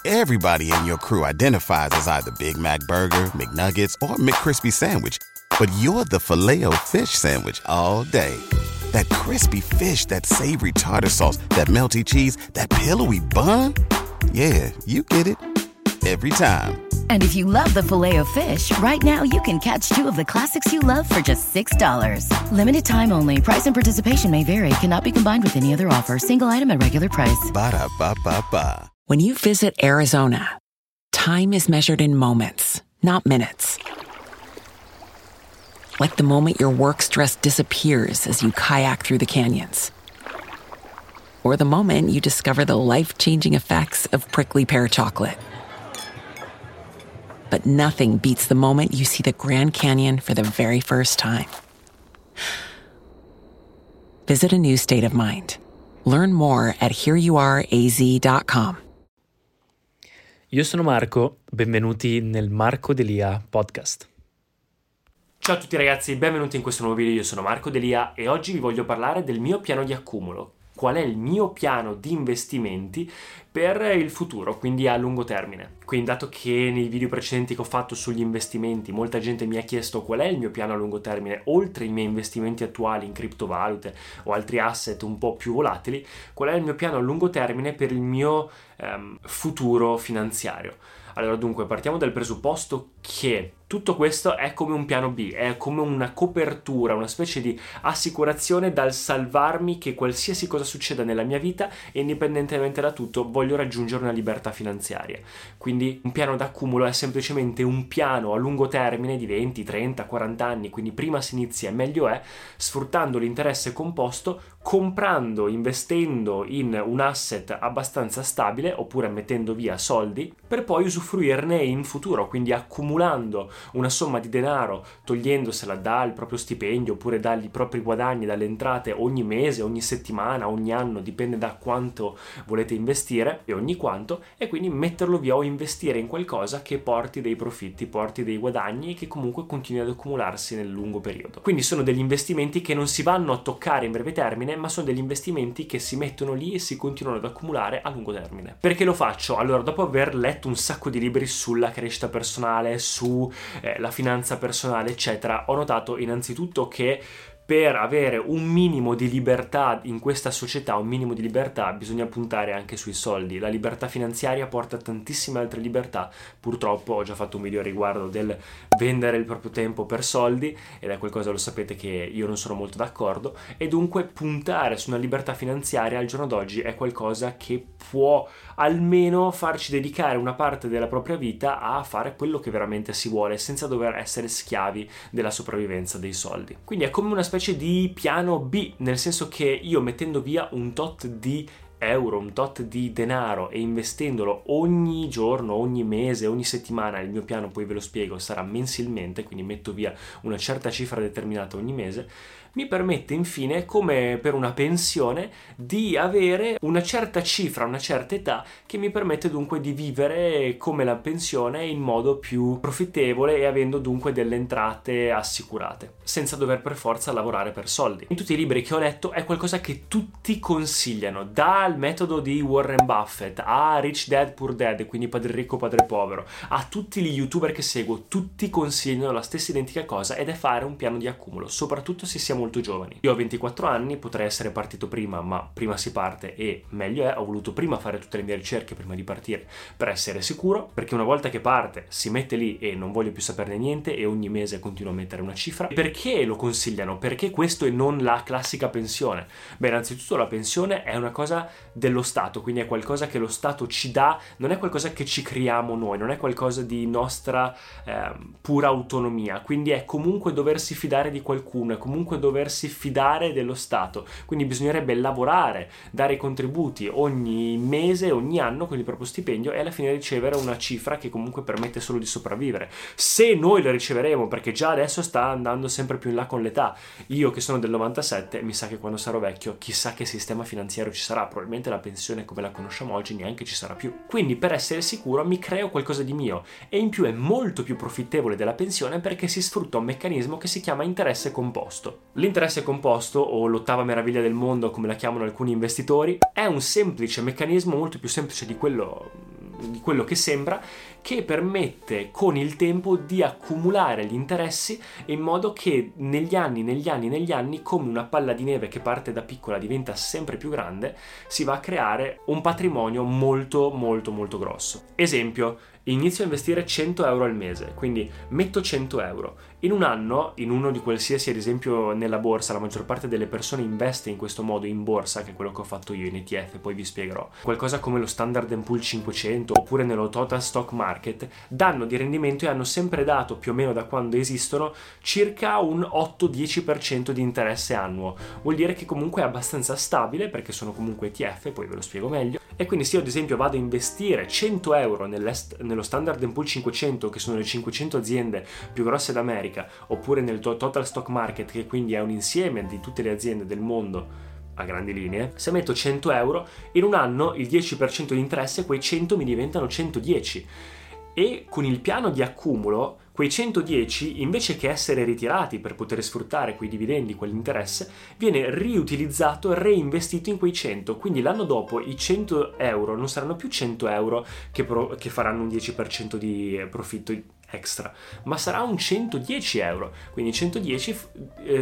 Everybody in your crew identifies as either Big Mac Burger, McNuggets, or McCrispy Sandwich. But you're the Filet-O-Fish Sandwich all day. That crispy fish, that savory tartar sauce, that melty cheese, that pillowy bun. Yeah, you get it. Every time. And if you love the Filet-O-Fish, right now you can catch two of the classics you love for just $6. Limited time only. Price and participation may vary. Cannot be combined with any other offer. Single item at regular price. Ba-da-ba-ba-ba. When you visit Arizona, time is measured in moments, not minutes. Like the moment your work stress disappears as you kayak through the canyons. Or the moment you discover the life-changing effects of prickly pear chocolate. But nothing beats the moment you see the Grand Canyon for the very first time. Visit a new state of mind. Learn more at hereyouareaz.com. Io sono Marco, benvenuti nel Marco Delia podcast. Ciao a tutti ragazzi, benvenuti in questo nuovo video. Io sono Marco Delia e oggi vi voglio parlare del mio piano di accumulo. Qual è il mio piano di investimenti per il futuro, quindi a lungo termine. Quindi, dato che nei video precedenti che ho fatto sugli investimenti molta gente mi ha chiesto qual è il mio piano a lungo termine, oltre i miei investimenti attuali in criptovalute o altri asset un po' più volatili, qual è il mio piano a lungo termine per il mio futuro finanziario. Allora, dunque, partiamo dal presupposto che tutto questo è come un piano B, è come una copertura, una specie di assicurazione dal salvarmi che qualsiasi cosa succeda nella mia vita, e indipendentemente da tutto voglio raggiungere una libertà finanziaria. Quindi un piano d'accumulo è semplicemente un piano a lungo termine di 20, 30, 40 anni, quindi prima si inizia meglio è, sfruttando l'interesse composto, comprando, investendo in un asset abbastanza stabile oppure mettendo via soldi per poi usufruirne in futuro, quindi accumulando una somma di denaro, togliendosela dal proprio stipendio oppure dai propri guadagni, dalle entrate ogni mese, ogni settimana, ogni anno, dipende da quanto volete investire e ogni quanto, e quindi metterlo via o investire in qualcosa che porti dei profitti, porti dei guadagni e che comunque continui ad accumularsi nel lungo periodo. Quindi sono degli investimenti che non si vanno a toccare in breve termine, ma sono degli investimenti che si mettono lì e si continuano ad accumulare a lungo termine. Perché lo faccio? Allora, dopo aver letto un sacco di libri sulla crescita personale, su la finanza personale, eccetera, ho notato innanzitutto che per avere un minimo di libertà in questa società, un minimo di libertà, bisogna puntare anche sui soldi. La libertà finanziaria porta tantissime altre libertà. Purtroppo ho già fatto un video a riguardo del vendere il proprio tempo per soldi, ed è qualcosa, lo sapete, che io non sono molto d'accordo, e dunque puntare su una libertà finanziaria al giorno d'oggi è qualcosa che può almeno farci dedicare una parte della propria vita a fare quello che veramente si vuole, senza dover essere schiavi della sopravvivenza dei soldi. Quindi è come una specie di piano B, nel senso che io, mettendo via un tot di euro, un tot di denaro e investendolo ogni giorno, ogni mese, ogni settimana, il mio piano poi ve lo spiego, sarà mensilmente, quindi metto via una certa cifra determinata ogni mese, mi permette infine, come per una pensione, di avere una certa cifra, una certa età, che mi permette dunque di vivere come la pensione in modo più profittevole e avendo dunque delle entrate assicurate, senza dover per forza lavorare per soldi. In tutti i libri che ho letto è qualcosa che tutti consigliano, dal metodo di Warren Buffett a Rich Dad Poor Dad, quindi Padre Ricco Padre Povero, a tutti gli youtuber che seguo, tutti consigliano la stessa identica cosa, ed è fare un piano di accumulo, soprattutto se siamo molto giovani. Io ho 24 anni, potrei essere partito prima, ma prima si parte e meglio è. Ho voluto prima fare tutte le mie ricerche prima di partire per essere sicuro, perché una volta che parte si mette lì e non voglio più saperne niente, e ogni mese continuo a mettere una cifra. Perché lo consigliano? Perché questo e non la classica pensione? Beh, innanzitutto la pensione è una cosa dello Stato, quindi è qualcosa che lo Stato ci dà, non è qualcosa che ci creiamo noi, non è qualcosa di nostra pura autonomia, quindi è comunque doversi fidare di qualcuno, è comunque doversi fidare dello Stato, quindi bisognerebbe lavorare, dare i contributi ogni mese, ogni anno con il proprio stipendio, e alla fine ricevere una cifra che comunque permette solo di sopravvivere. Se noi la riceveremo, perché già adesso sta andando sempre più in là con l'età, io che sono del 97, mi sa che quando sarò vecchio chissà che sistema finanziario ci sarà, probabilmente la pensione come la conosciamo oggi neanche ci sarà più. Quindi, per essere sicuro, mi creo qualcosa di mio, e in più è molto più profittevole della pensione perché si sfrutta un meccanismo che si chiama interesse composto. L'interesse composto, o l'ottava meraviglia del mondo come la chiamano alcuni investitori, è un semplice meccanismo, molto più semplice di quello di quello che sembra, che permette con il tempo di accumulare gli interessi in modo che negli anni, come una palla di neve che parte da piccola diventa sempre più grande, si va a creare un patrimonio molto molto molto grosso. Esempio, inizio a investire 100 euro al mese, quindi metto 100 euro. In un anno, in uno di qualsiasi, ad esempio nella borsa, la maggior parte delle persone investe in questo modo in borsa, che è quello che ho fatto io in ETF, poi vi spiegherò. Qualcosa come lo Standard & Poor's 500 oppure nello Total Stock Market danno di rendimento e hanno sempre dato, più o meno da quando esistono, circa un 8-10% di interesse annuo. Vuol dire che comunque è abbastanza stabile, perché sono comunque ETF, poi ve lo spiego meglio. E quindi se io ad esempio vado a investire 100 euro nello Standard & Poor's 500, che sono le 500 aziende più grosse d'America, oppure nel Total Stock Market, che quindi è un insieme di tutte le aziende del mondo a grandi linee, se metto 100 euro, in un anno il 10% di interesse, quei 100 mi diventano 110. E con il piano di accumulo, quei 110, invece che essere ritirati per poter sfruttare quei dividendi, quell'interesse, viene riutilizzato e reinvestito in quei 100. Quindi l'anno dopo i 100 euro non saranno più 100 euro che faranno un 10% di profitto extra, ma sarà un 110 euro. Quindi 110, il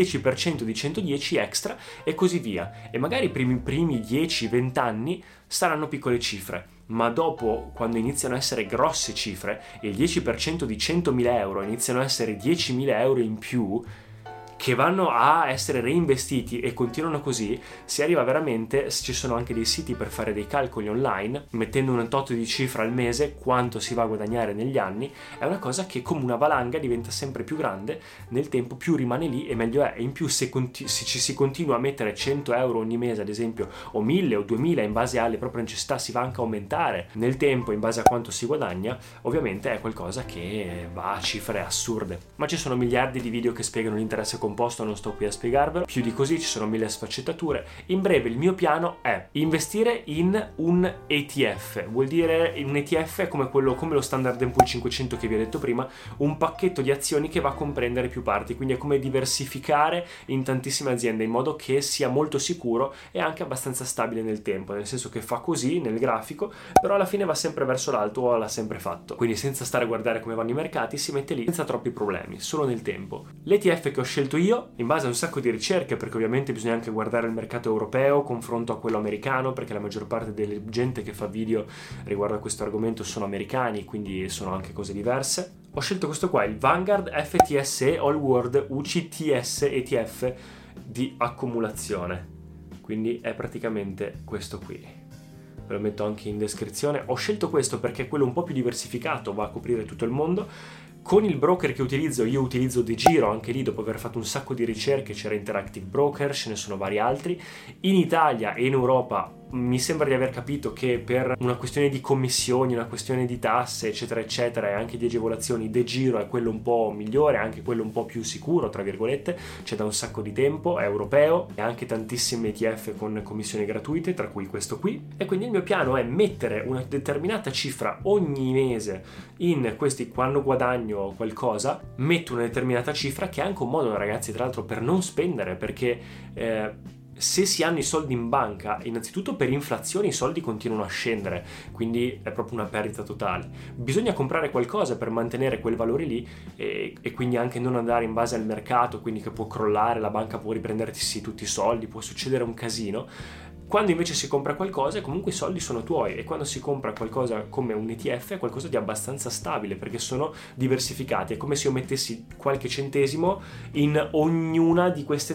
10% di 110 extra e così via. E magari i primi 10-20 anni saranno piccole cifre, ma dopo, quando iniziano a essere grosse cifre, il 10% di 100.000 euro iniziano a essere 10.000 euro in più, che vanno a essere reinvestiti e continuano così, si arriva veramente, ci sono anche dei siti per fare dei calcoli online, mettendo un tot di cifra al mese, quanto si va a guadagnare negli anni, è una cosa che come una valanga diventa sempre più grande, nel tempo più rimane lì e meglio è. E in più se ci si continua a mettere 100 euro ogni mese ad esempio, o 1000 o 2000 in base alle proprie necessità, si va anche a aumentare nel tempo in base a quanto si guadagna, ovviamente è qualcosa che va a cifre assurde. Ma ci sono miliardi di video che spiegano l'interesse composto, non sto qui a spiegarvelo, più di così ci sono 1000 sfaccettature. In breve il mio piano è investire in un ETF, vuol dire un ETF è come lo Standard & Poor's 500 che vi ho detto prima, un pacchetto di azioni che va a comprendere più parti, quindi è come diversificare in tantissime aziende in modo che sia molto sicuro e anche abbastanza stabile nel tempo, nel senso che fa così nel grafico, però alla fine va sempre verso l'alto o l'ha sempre fatto, quindi senza stare a guardare come vanno i mercati si mette lì senza troppi problemi, solo nel tempo. L'ETF che ho scelto io, in base a un sacco di ricerche, perché ovviamente bisogna anche guardare il mercato europeo confronto a quello americano, perché la maggior parte della gente che fa video riguardo a questo argomento sono americani, quindi sono anche cose diverse. Ho scelto questo qua, il Vanguard FTSE All World UCITS ETF di accumulazione, quindi è praticamente questo qui. Ve lo metto anche in descrizione. Ho scelto questo perché è quello un po' più diversificato, va a coprire tutto il mondo. Con il broker che utilizzo, io utilizzo DeGiro, anche lì dopo aver fatto un sacco di ricerche, c'era Interactive Broker, ce ne sono vari altri. In Italia e in Europa mi sembra di aver capito che per una questione di commissioni, una questione di tasse, eccetera eccetera, e anche di agevolazioni, DeGiro è quello un po' migliore, anche quello un po' più sicuro, tra virgolette, c'è da un sacco di tempo, è europeo e anche tantissimi ETF con commissioni gratuite, tra cui questo qui. E quindi il mio piano è mettere una determinata cifra ogni mese in questi, quando guadagno qualcosa, metto una determinata cifra, che è anche un modo, ragazzi, tra l'altro, per non spendere, perché se si hanno i soldi in banca, innanzitutto per inflazione i soldi continuano a scendere, quindi è proprio una perdita totale. Bisogna comprare qualcosa per mantenere quel valore lì e quindi anche non andare in base al mercato, quindi che può crollare, la banca può riprendersi tutti i soldi, può succedere un casino. Quando invece si compra qualcosa, comunque i soldi sono tuoi, e quando si compra qualcosa come un ETF è qualcosa di abbastanza stabile perché sono diversificati. È come se io mettessi qualche centesimo in ognuna di queste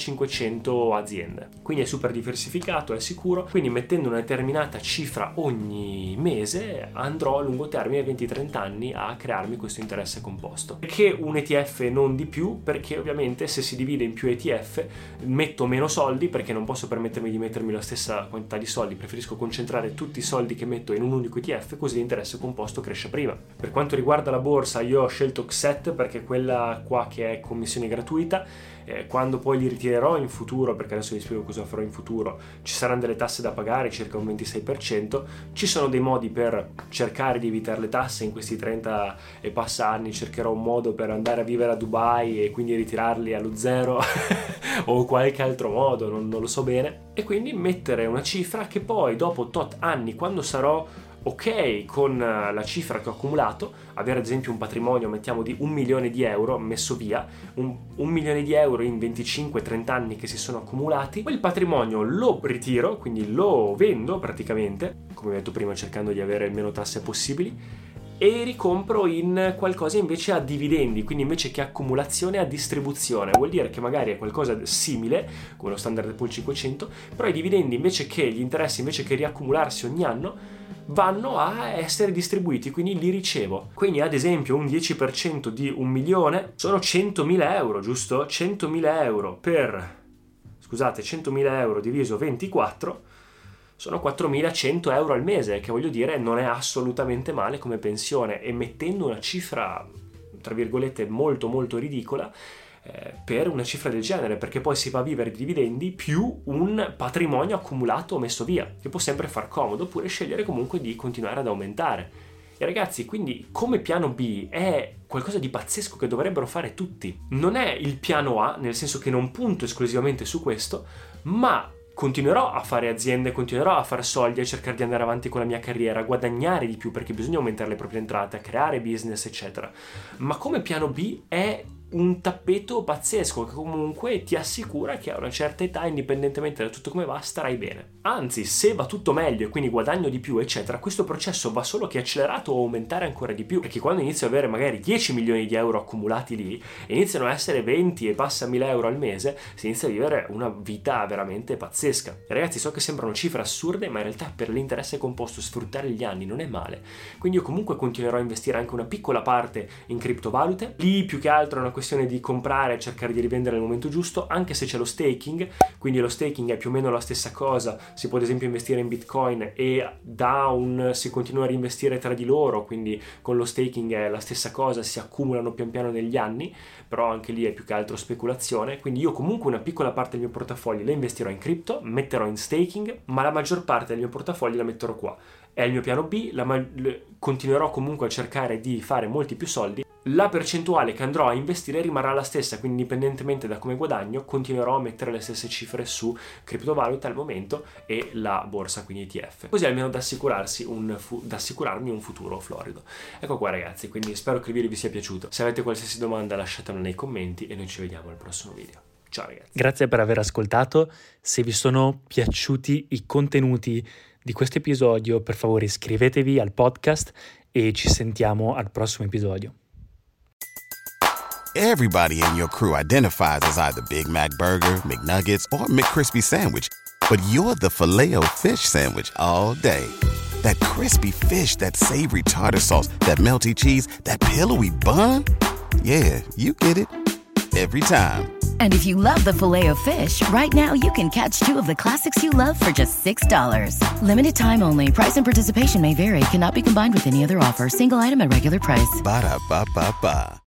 3500 aziende. Quindi è super diversificato, è sicuro, quindi mettendo una determinata cifra ogni mese andrò a lungo termine, 20-30 anni, a crearmi questo interesse composto. Perché un ETF e non di più? Perché ovviamente se si divide in più ETF metto meno soldi, perché non posso permettermi di mettermi la stessa quantità di soldi, preferisco concentrare tutti i soldi che metto in un unico ETF, così l'interesse composto cresce prima. Per quanto riguarda la borsa, io ho scelto XET perché quella qua che è commissione gratuita, quando poi li ritirerò in futuro, perché adesso vi spiego cosa farò in futuro, ci saranno delle tasse da pagare, circa un 26%, ci sono dei modi per cercare di evitare le tasse. In questi 30 e passa anni cercherò un modo per andare a vivere a Dubai e quindi ritirarli allo zero o qualche altro modo, non lo so bene, e quindi mettere una cifra che poi dopo tot anni, quando sarò ok con la cifra che ho accumulato, avere ad esempio un patrimonio, mettiamo di 1 milione di euro messo via, un milione di euro in 25-30 anni che si sono accumulati, quel patrimonio lo ritiro, quindi lo vendo praticamente, come ho detto prima cercando di avere il meno tasse possibili, e ricompro in qualcosa invece a dividendi, quindi invece che accumulazione a distribuzione. Vuol dire che magari è qualcosa simile come lo Standard & Poor's 500, però i dividendi invece che gli interessi, invece che riaccumularsi ogni anno, vanno a essere distribuiti, quindi li ricevo. Quindi ad esempio un 10% di 1 milione sono 100.000 euro, giusto? 100.000 euro per, scusate, 100.000 euro diviso 24 sono 4.100 euro al mese, che voglio dire non è assolutamente male come pensione, e mettendo una cifra tra virgolette molto molto ridicola per una cifra del genere, perché poi si va a vivere di dividendi più un patrimonio accumulato messo via, che può sempre far comodo, oppure scegliere comunque di continuare ad aumentare. E ragazzi, quindi come piano B è qualcosa di pazzesco che dovrebbero fare tutti. Non è il piano A, nel senso che non punto esclusivamente su questo, ma continuerò a fare aziende, continuerò a fare soldi, a cercare di andare avanti con la mia carriera, a guadagnare di più, perché bisogna aumentare le proprie entrate, a creare business, eccetera. Ma come piano B è un tappeto pazzesco che comunque ti assicura che a una certa età, indipendentemente da tutto come va, starai bene. Anzi, se va tutto meglio e quindi guadagno di più, eccetera, questo processo va solo che accelerato o aumentare ancora di più, perché quando inizio ad avere magari 10 milioni di euro accumulati lì e iniziano a essere 20 e passa 1.000 euro al mese, si inizia a vivere una vita veramente pazzesca. E ragazzi, so che sembrano cifre assurde, ma in realtà per l'interesse composto sfruttare gli anni non è male. Quindi io comunque continuerò a investire anche una piccola parte in criptovalute. Lì più che altro è una questione di comprare e cercare di rivendere nel momento giusto, anche se c'è lo staking, quindi lo staking è più o meno la stessa cosa. Si può ad esempio investire in Bitcoin e si continua a reinvestire tra di loro, quindi con lo staking è la stessa cosa, si accumulano pian piano negli anni, però anche lì è più che altro speculazione. Quindi io comunque una piccola parte del mio portafoglio la investirò in cripto, metterò in staking, ma la maggior parte del mio portafoglio la metterò qua. È il mio piano B, continuerò comunque a cercare di fare molti più soldi. La percentuale che andrò a investire rimarrà la stessa, quindi indipendentemente da come guadagno continuerò a mettere le stesse cifre su criptovalute al momento e la borsa, quindi ETF, così almeno da assicurarmi un futuro florido. Ecco qua ragazzi, quindi spero che il video vi sia piaciuto. Se avete qualsiasi domanda lasciatemela nei commenti e noi ci vediamo al prossimo video. Ciao ragazzi. Grazie per aver ascoltato. Se vi sono piaciuti i contenuti di questo episodio, per favore iscrivetevi al podcast e ci sentiamo al prossimo episodio. Everybody in your crew identifies as either Big Mac Burger, McNuggets, or McCrispy Sandwich. But you're the Filet-O-Fish Sandwich all day. That crispy fish, that savory tartar sauce, that melty cheese, that pillowy bun. Yeah, you get it. Every time. And if you love the Filet-O-Fish, right now you can catch two of the classics you love for just $6. Limited time only. Price and participation may vary. Cannot be combined with any other offer. Single item at regular price. Ba-da-ba-ba-ba.